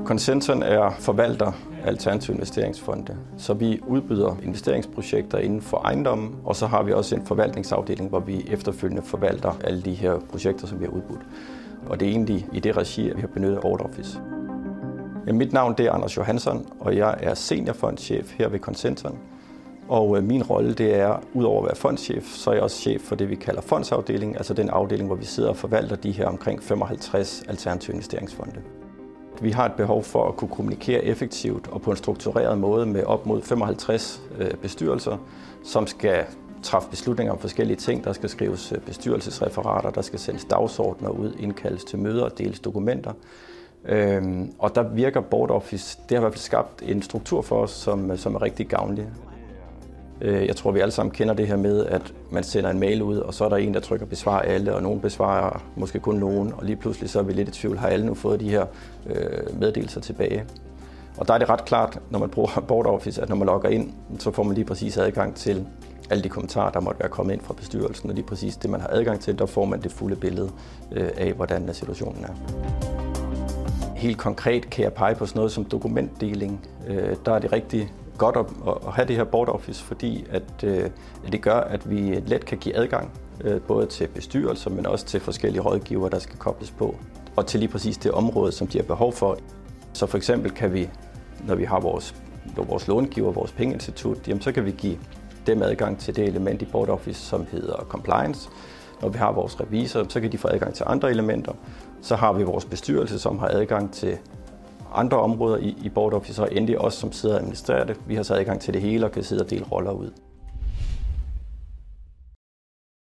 Consenton er forvalter af alternative investeringsfonde, så vi udbyder investeringsprojekter inden for ejendommen, og så har vi også en forvaltningsafdeling, hvor vi efterfølgende forvalter alle de her projekter, som vi har udbudt. Og det er egentlig i det regi, at vi har benyttet Board Office. Mit navn er Anders Johansson, og jeg er seniorfondschef her ved Consenton. Og min rolle det er, udover at være fondschef, så er jeg også chef for det, vi kalder fondsafdelingen, altså den afdeling, hvor vi sidder og forvalter de her omkring 55 alternative investeringsfonde. Vi har et behov for at kunne kommunikere effektivt og på en struktureret måde med op mod 55 bestyrelser, som skal træffe beslutninger om forskellige ting. Der skal skrives bestyrelsesreferater, der skal sendes dagsordner ud, indkaldes til møder og deles dokumenter. Og der virker Board Office, det har i hvert fald skabt en struktur for os, som er rigtig gavnlig. Jeg tror, vi alle sammen kender det her med, at man sender en mail ud, og så er der en, der trykker besvar alle, og nogen besvarer måske kun nogen, og lige pludselig så er vi lidt i tvivl, har alle nu fået de her meddelelser tilbage. Og der er det ret klart, når man bruger Board Office, at når man logger ind, så får man lige præcis adgang til alle de kommentarer, der måtte være kommet ind fra bestyrelsen, og lige præcis det, man har adgang til, der får man det fulde billede af, hvordan situationen er. Helt konkret kan jeg pege på sådan noget som dokumentdeling. Der er det rigtig godt at have det her Board Office, fordi at det gør, at vi let kan give adgang både til bestyrelser, men også til forskellige rådgivere, der skal kobles på, og til lige præcis det område, som de har behov for. Så for eksempel kan vi, når vi har vores långiver, vores pengeinstitut, jamen så kan vi give dem adgang til det element i Board Office, som hedder compliance. Når vi har vores revisor, så kan de få adgang til andre elementer. Så har vi vores bestyrelse, som har adgang til andre områder i Board Office, og endelig os, som sidder og administrerer det. Vi har så adgang til det hele og kan sidde og dele roller ud.